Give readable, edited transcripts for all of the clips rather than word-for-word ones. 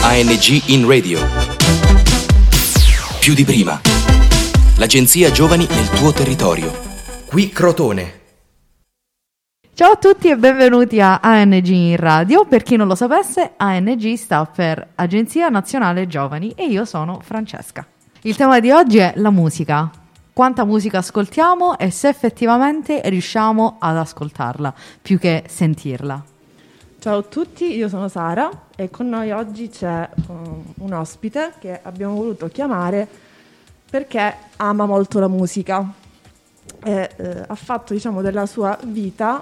ANG in radio. Più di prima. L'agenzia Giovani nel tuo territorio. Qui Crotone. Ciao a tutti e benvenuti a ANG in radio. Per chi non lo sapesse, ANG sta per Agenzia Nazionale Giovani e io sono Francesca. Il tema di oggi è la musica. Quanta musica ascoltiamo e se effettivamente riusciamo ad ascoltarla più che sentirla. Ciao a tutti, io sono Sara e con noi oggi c'è un ospite che abbiamo voluto chiamare perché ama molto la musica e ha fatto della sua vita,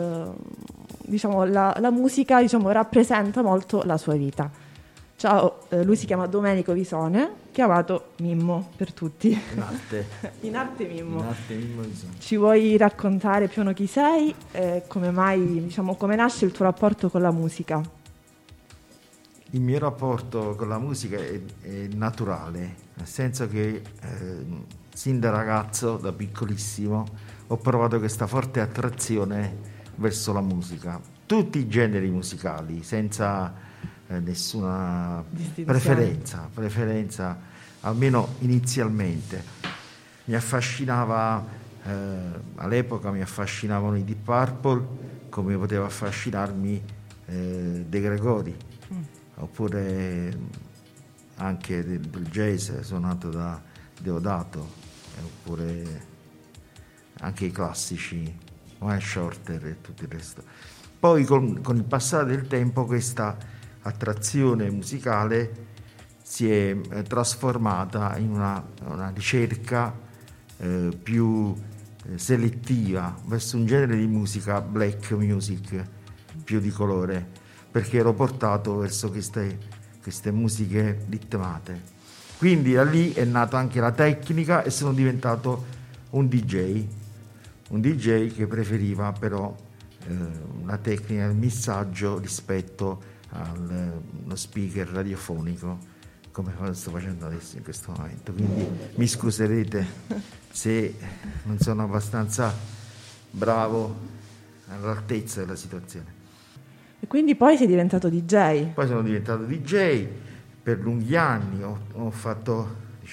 la musica rappresenta molto la sua vita. Ciao, lui si chiama Domenico Visone, chiamato Mimmo per tutti. In arte Mimmo. Visone. Ci vuoi raccontare più o meno chi sei e come mai, come nasce il tuo rapporto con la musica? Il mio rapporto con la musica è naturale, nel senso che sin da ragazzo, da piccolissimo, ho provato questa forte attrazione verso la musica. Tutti i generi musicali, senza nessuna preferenza, almeno inizialmente. Mi affascinava, all'epoca mi affascinavano i Deep Purple, come poteva affascinarmi De Gregori, oppure anche del jazz suonato da Deodato, oppure anche i classici, Wayne Shorter e tutto il resto. Poi con il passare del tempo questa attrazione musicale si è trasformata in una ricerca più selettiva verso un genere di musica black music, più di colore, perché ero portato verso queste musiche ritmate. Quindi da lì è nata anche la tecnica e sono diventato un DJ che preferiva però la tecnica del missaggio rispetto allo speaker radiofonico, come sto facendo adesso in questo momento. Quindi mi scuserete se non sono abbastanza bravo all'altezza della situazione. E quindi poi sei diventato DJ? Poi sono diventato DJ per lunghi anni, ho fatto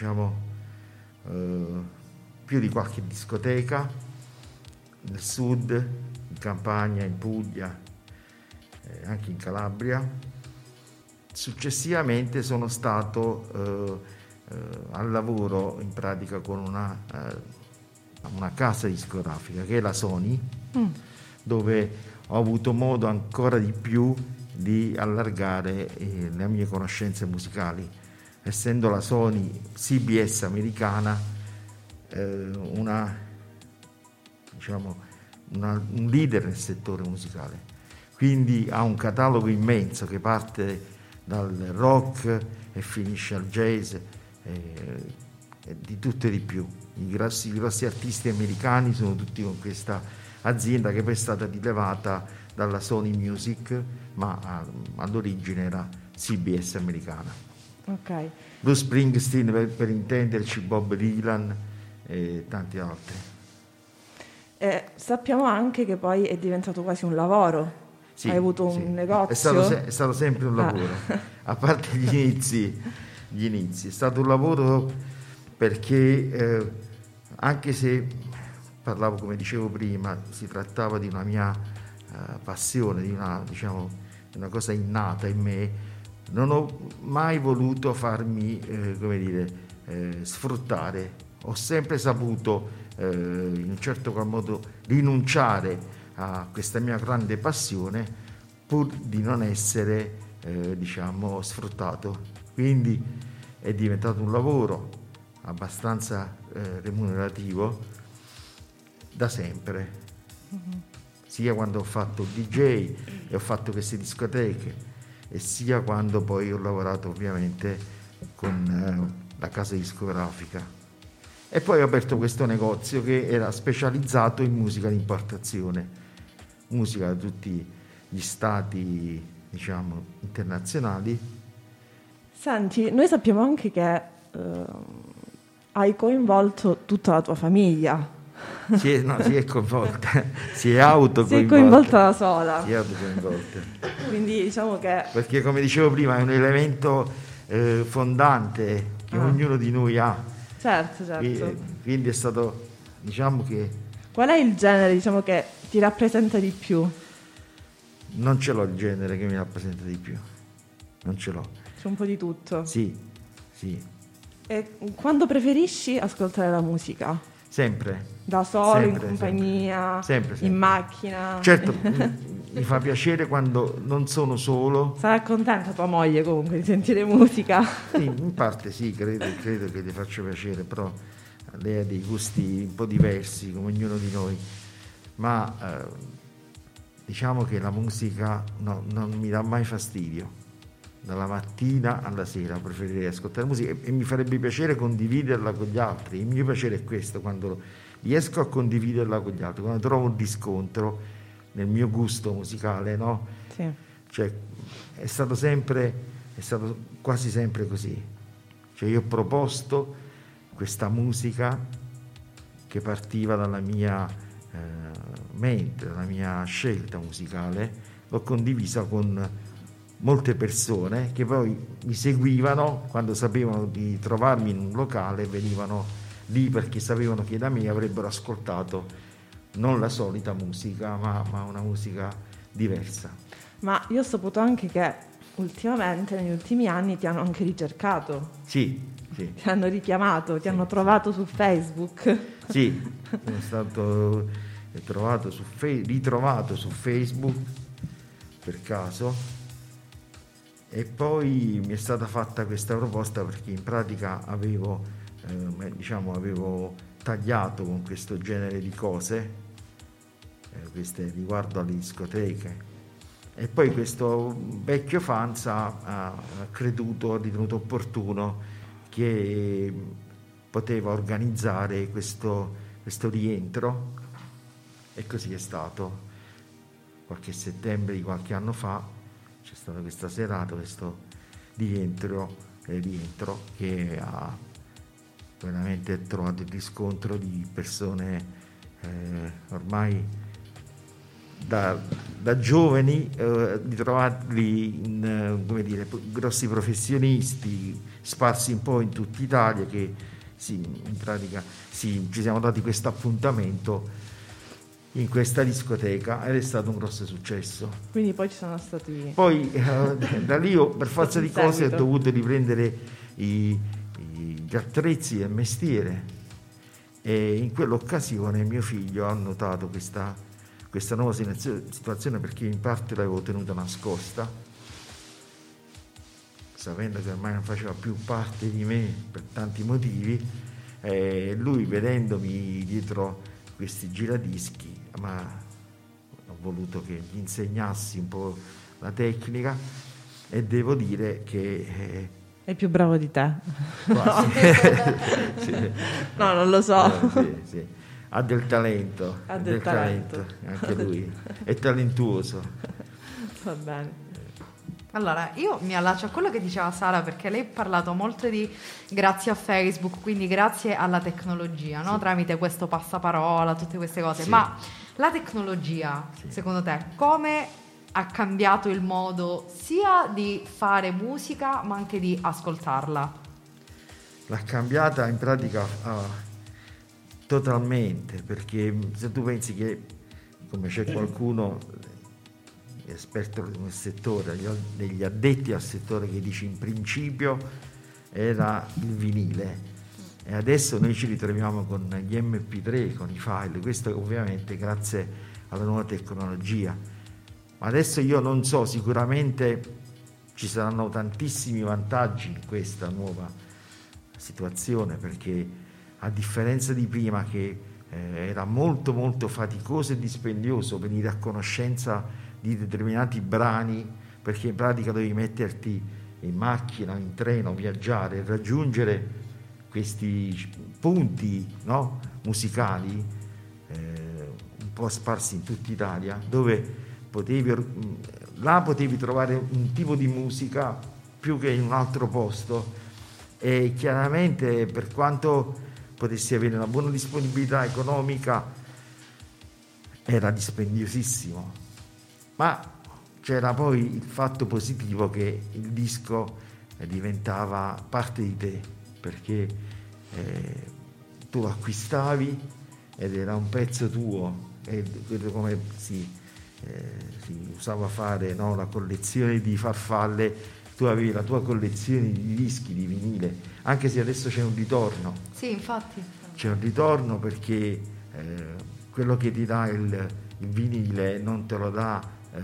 più di qualche discoteca nel sud, in Campania, in Puglia, anche in Calabria. Successivamente sono stato al lavoro in pratica con una casa discografica che è la Sony, dove ho avuto modo ancora di più di allargare le mie conoscenze musicali, essendo la Sony CBS americana un leader nel settore musicale. Quindi ha un catalogo immenso che parte dal rock e finisce al jazz e di tutto e di più. I grossi artisti americani sono tutti con questa azienda che poi è stata rilevata dalla Sony Music, ma all'origine era CBS americana. Ok. Bruce Springsteen per intenderci, Bob Dylan e tanti altri. Sappiamo anche che poi è diventato quasi un lavoro. Sì, hai avuto un negozio? È stato sempre un lavoro, a parte gli inizi. È stato un lavoro perché anche se parlavo, come dicevo prima, si trattava di una mia passione, di una cosa innata in me, non ho mai voluto farmi sfruttare. Ho sempre saputo in un certo qual modo rinunciare a questa mia grande passione pur di non essere sfruttato. Quindi è diventato un lavoro abbastanza remunerativo da sempre, sia quando ho fatto DJ e ho fatto queste discoteche e sia quando poi ho lavorato ovviamente con la casa discografica. E poi ho aperto questo negozio che era specializzato in musica di importazione, musica da tutti gli stati, internazionali. Senti, noi sappiamo anche che hai coinvolto tutta la tua famiglia Si è coinvolta, si è autocoinvolta. Si è coinvolta da sola. Si è autocoinvolta. Quindi diciamo che... Perché come dicevo prima è un elemento fondante che ognuno di noi ha. Certo. Quindi è stato, diciamo che... Qual è il genere, diciamo, che ti rappresenta di più? Non ce l'ho il genere che mi rappresenta di più. Non ce l'ho. C'è un po' di tutto. Sì. E quando preferisci ascoltare la musica? Sempre. Da solo, Sempre, in compagnia, sempre. in macchina? Certo, mi fa piacere quando non sono solo. Sarà contenta tua moglie comunque di sentire musica? Sì, in parte sì, credo che ti faccia piacere, però lei ha dei gusti un po' diversi come ognuno di noi, ma diciamo che la musica non mi dà mai fastidio. Dalla mattina alla sera preferirei ascoltare musica e mi farebbe piacere condividerla con gli altri. Il mio piacere è questo, quando riesco a condividerla con gli altri, quando trovo un riscontro nel mio gusto musicale, no? Sì. Cioè, è stato quasi sempre così. Cioè, io ho proposto questa musica che partiva dalla mia mente, dalla mia scelta musicale, l'ho condivisa con molte persone che poi mi seguivano quando sapevano di trovarmi in un locale, venivano lì perché sapevano che da me avrebbero ascoltato non la solita musica, ma una musica diversa. Ma io ho saputo anche che ultimamente, negli ultimi anni, ti hanno anche ricercato. Sì. Ti hanno richiamato, ti hanno trovato su Facebook. Sì, sono stato ritrovato su Facebook per caso. E poi mi è stata fatta questa proposta perché in pratica avevo tagliato con questo genere di cose, queste riguardo alle discoteche, e poi questo vecchio fans ha ritenuto opportuno che poteva organizzare questo rientro, e così è stato. Qualche settembre di qualche anno fa c'è stata questa serata, questo rientro che ha veramente trovato il riscontro di persone ormai da giovani, di trovarli grossi professionisti sparsi un po' in tutta Italia, che in pratica ci siamo dati questo appuntamento in questa discoteca ed è stato un grosso successo. Quindi poi ci sono stati... Poi da lì io per forza di cose ho dovuto riprendere gli attrezzi del mestiere, e in quell'occasione mio figlio ha notato questa nuova situazione, perché in parte l'avevo tenuta nascosta, sapendo che ormai non faceva più parte di me per tanti motivi, e lui, vedendomi dietro questi giradischi, ma ho voluto che gli insegnassi un po' la tecnica, e devo dire che è più bravo di te. Quasi. Sì. No, non lo so. Sì. Ha del talento. Anche lui è talentuoso. Va bene. Allora, io mi allaccio a quello che diceva Sara, perché lei ha parlato molto di grazie a Facebook, quindi grazie alla tecnologia, no? Sì. Tramite questo passaparola, tutte queste cose. Sì. Ma la tecnologia, sì, secondo te, come ha cambiato il modo sia di fare musica, ma anche di ascoltarla? L'ha cambiata in pratica totalmente, perché se tu pensi che, come c'è qualcuno esperto nel settore, degli addetti al settore, che dice in principio era il vinile, e adesso noi ci ritroviamo con gli MP3, con i file, questo ovviamente grazie alla nuova tecnologia. Ma adesso io non so, sicuramente ci saranno tantissimi vantaggi in questa nuova situazione, perché a differenza di prima, che era molto molto faticoso e dispendioso venire a conoscenza di determinati brani, perché in pratica dovevi metterti in macchina, in treno, viaggiare, raggiungere questi punti, no, musicali un po' sparsi in tutta Italia, dove potevi trovare un tipo di musica più che in un altro posto. E chiaramente, per quanto potessi avere una buona disponibilità economica, era dispendiosissimo, ma c'era poi il fatto positivo che il disco diventava parte di te, perché tu lo acquistavi ed era un pezzo tuo, e come si usava fare, no? La collezione di farfalle, tu avevi la tua collezione di dischi di vinile, anche se adesso c'è un ritorno. Sì, infatti. C'è un ritorno perché quello che ti dà il vinile non te lo dà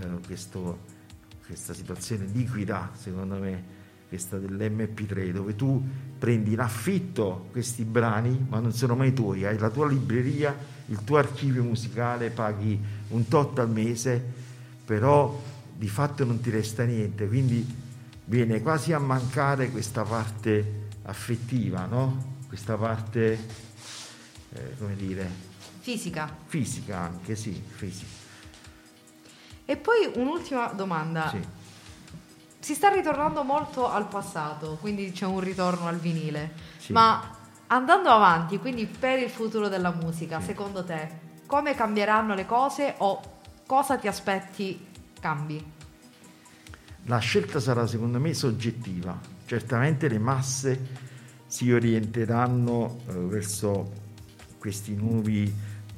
questa situazione liquida, secondo me, questa dell'MP3, dove tu prendi in affitto questi brani, ma non sono mai tuoi, hai la tua libreria, il tuo archivio musicale, paghi un tot al mese, però di fatto non ti resta niente, quindi viene quasi a mancare questa parte affettiva, no? Questa parte, come dire... Fisica. Fisica anche, sì, fisica. E poi un'ultima domanda. Sì. Si sta ritornando molto al passato, quindi c'è un ritorno al vinile. Sì. Ma andando avanti, quindi per il futuro della musica, Sì. secondo te, come cambieranno le cose o cosa ti aspetti cambi? La scelta sarà secondo me soggettiva. Certamente le masse si orienteranno verso questi nuovi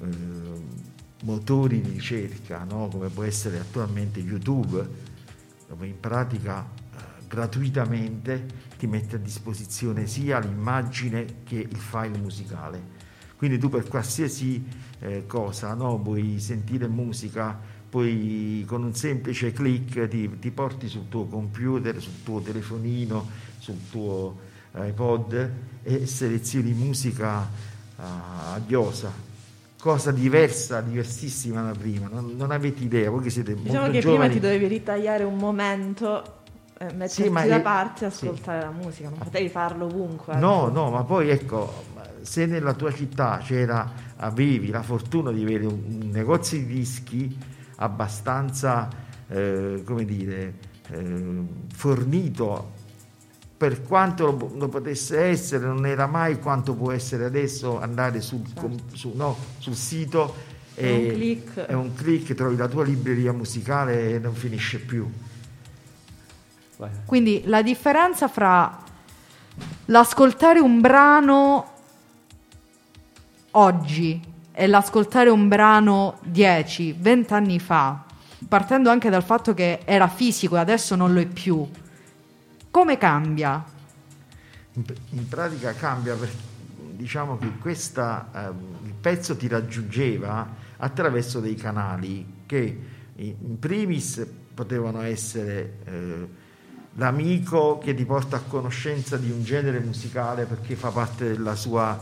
motori di ricerca, no? Come può essere attualmente YouTube, dove in pratica gratuitamente ti mette a disposizione sia l'immagine che il file musicale. Quindi tu per qualsiasi cosa, no? Vuoi sentire musica, poi con un semplice click ti porti sul tuo computer, sul tuo telefonino, sul tuo iPod e selezioni musica a ghiosa. Cosa diversa, diversissima da prima, non avete idea, voi che siete molto Diciamo che giovani. prima ti dovevi ritagliare un momento, metterti da parte e ascoltare la musica, non potevi farlo ovunque. No, ma poi ecco, se nella tua città avevi la fortuna di avere un negozio di dischi abbastanza, fornito, per quanto lo potesse essere, non era mai quanto può essere adesso, andare sul sito e un click trovi la tua libreria musicale e non finisce più. Quindi la differenza fra l'ascoltare un brano oggi e l'ascoltare un brano 10, 20 anni fa, partendo anche dal fatto che era fisico e adesso non lo è più, come cambia? In pratica cambia perché diciamo che il pezzo ti raggiungeva attraverso dei canali che in primis potevano essere l'amico che ti porta a conoscenza di un genere musicale perché fa parte della sua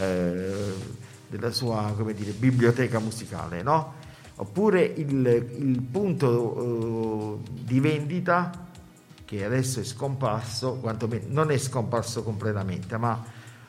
biblioteca musicale, no? Oppure il punto di vendita che adesso è scomparso, quantomeno non è scomparso completamente, ma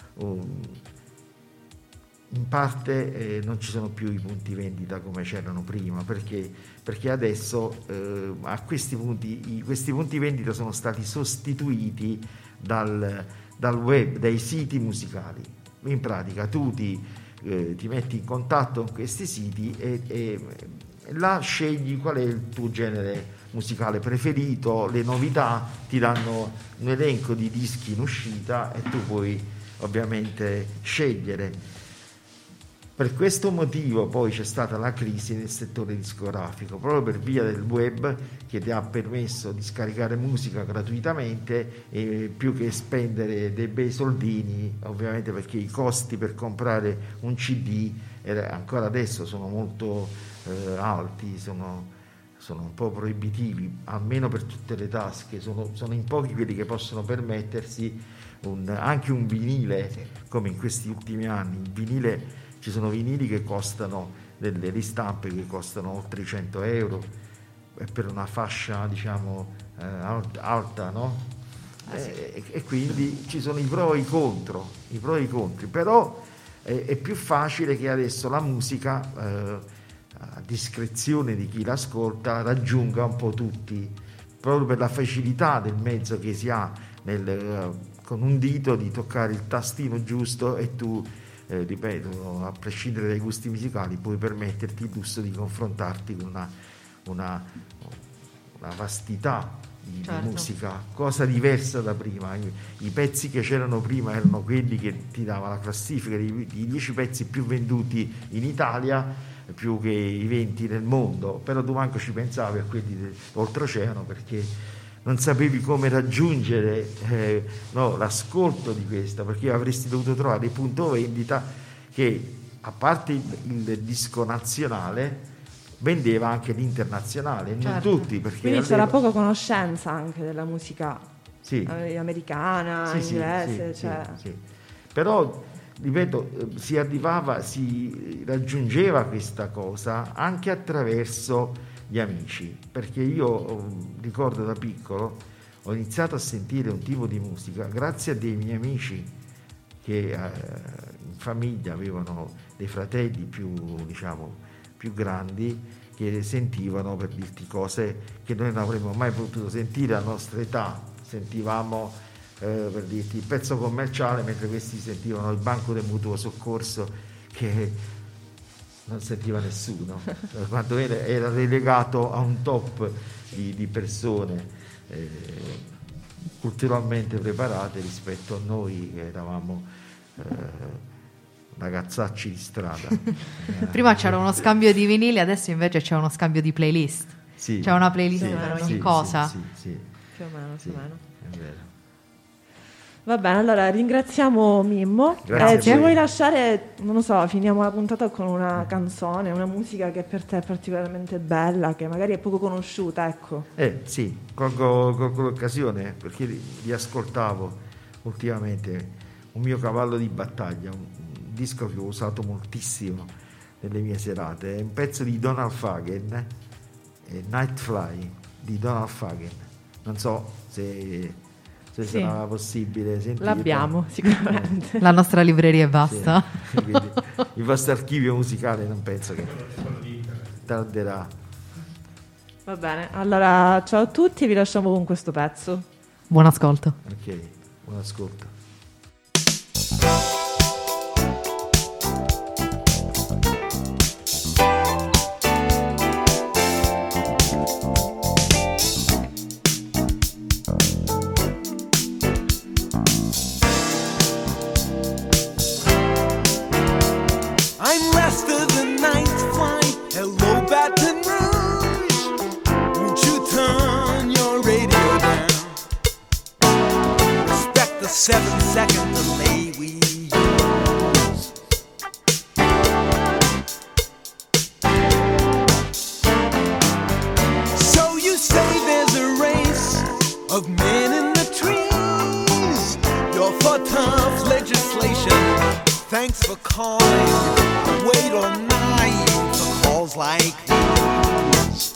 in parte non ci sono più i punti vendita come c'erano prima, perché adesso a questi punti vendita sono stati sostituiti dal web, dai siti musicali. In pratica tu ti metti in contatto con questi siti e là scegli qual è il tuo genere musicale preferito, le novità, ti danno un elenco di dischi in uscita e tu puoi ovviamente scegliere. Per questo motivo poi c'è stata la crisi nel settore discografico, proprio per via del web che ti ha permesso di scaricare musica gratuitamente e più che spendere dei bei soldini, ovviamente, perché i costi per comprare un CD ancora adesso sono molto alti, sono un po' proibitivi, almeno per tutte le tasche, sono in pochi quelli che possono permettersi anche un vinile, come in questi ultimi anni. Il vinile, ci sono vinili che costano, delle ristampe che costano oltre i 100 euro per una fascia diciamo alta, no? Sì. E quindi ci sono i pro e i contro, però è più facile che adesso la musica a discrezione di chi l'ascolta raggiunga un po' tutti, proprio per la facilità del mezzo che si ha con un dito di toccare il tastino giusto e tu ripeto, a prescindere dai gusti musicali, puoi permetterti il lusso di confrontarti con una vastità di musica, cosa diversa da prima. I pezzi che c'erano prima erano quelli che ti dava la classifica di 10 pezzi più venduti in Italia, più che i 20 nel mondo, però tu manco ci pensavi a quelli oltreoceano, perché non sapevi come raggiungere l'ascolto di questa, perché avresti dovuto trovare il punto vendita che, a parte il disco nazionale, vendeva anche l'internazionale, non tutti, perché quindi c'era poca conoscenza anche della musica americana, inglese, sì. Però ripeto, si raggiungeva questa cosa anche attraverso gli amici, perché io ricordo da piccolo ho iniziato a sentire un tipo di musica grazie a dei miei amici che in famiglia avevano dei fratelli più grandi, che sentivano, per dirti, cose che noi non avremmo mai potuto sentire a nostra età. Sentivamo per dirti il pezzo commerciale, mentre questi sentivano il banco del mutuo soccorso, che non sentiva nessuno, quando era relegato a un top di persone culturalmente preparate rispetto a noi che eravamo ragazzacci di strada. Prima c'era uno scambio di vinili, adesso invece c'è uno scambio di playlist. C'è una playlist per ogni cosa. Più o meno. È vero. Va bene, allora ringraziamo Mimmo. Ci vuoi lasciare, non lo so, finiamo la puntata con una canzone, una musica che per te è particolarmente bella, che magari è poco conosciuta, ecco. Sì, colgo l'occasione, perché li ascoltavo ultimamente, un mio cavallo di battaglia, un disco che ho usato moltissimo nelle mie serate, è un pezzo di Donald Fagen, Nightfly di Donald Fagen. Non so se sarà possibile sentirlo. L'abbiamo sicuramente. La nostra libreria è vasta. Quindi, il vostro archivio musicale non penso che tarderà. Va bene, allora ciao a tutti, vi lasciamo con questo pezzo. Buon ascolto. Ok, buon ascolto. Thanks for calling. Wait all night for calls like these.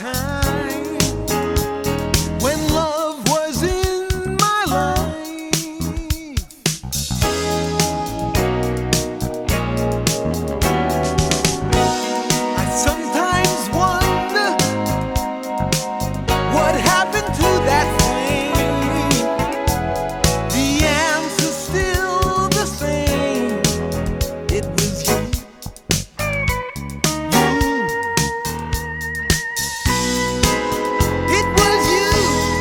time when love was in my life. I sometimes wonder what happened to that flame. The answer's still the same. It was you. It was you.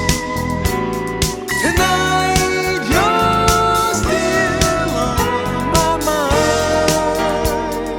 Tonight you're still on my mind.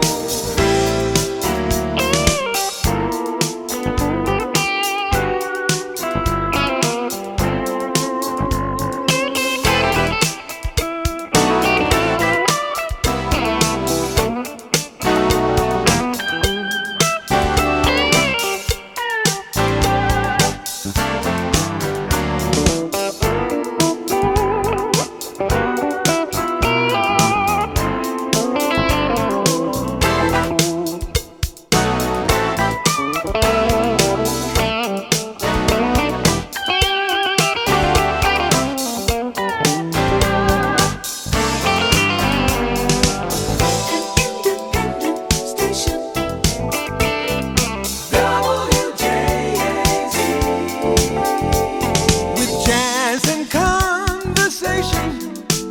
With jazz and conversation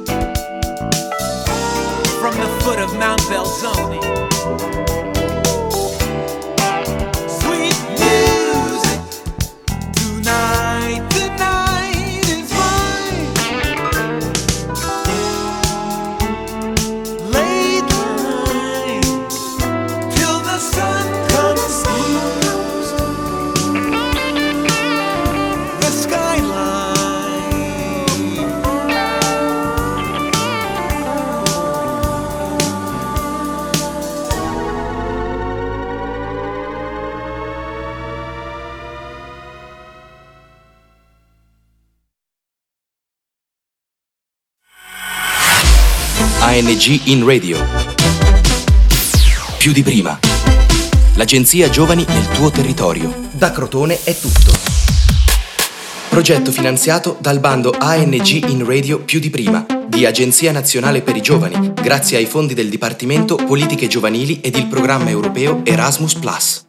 from the foot of Mount Belzoni. Sweet music tonight, the night is mine. Late night till the sun comes through the skyline. ANG in Radio. Più di prima. L'agenzia Giovani nel tuo territorio. Da Crotone è tutto. Progetto finanziato dal bando ANG in Radio Più di prima di Agenzia Nazionale per i Giovani, grazie ai fondi del Dipartimento Politiche Giovanili ed il programma europeo Erasmus+.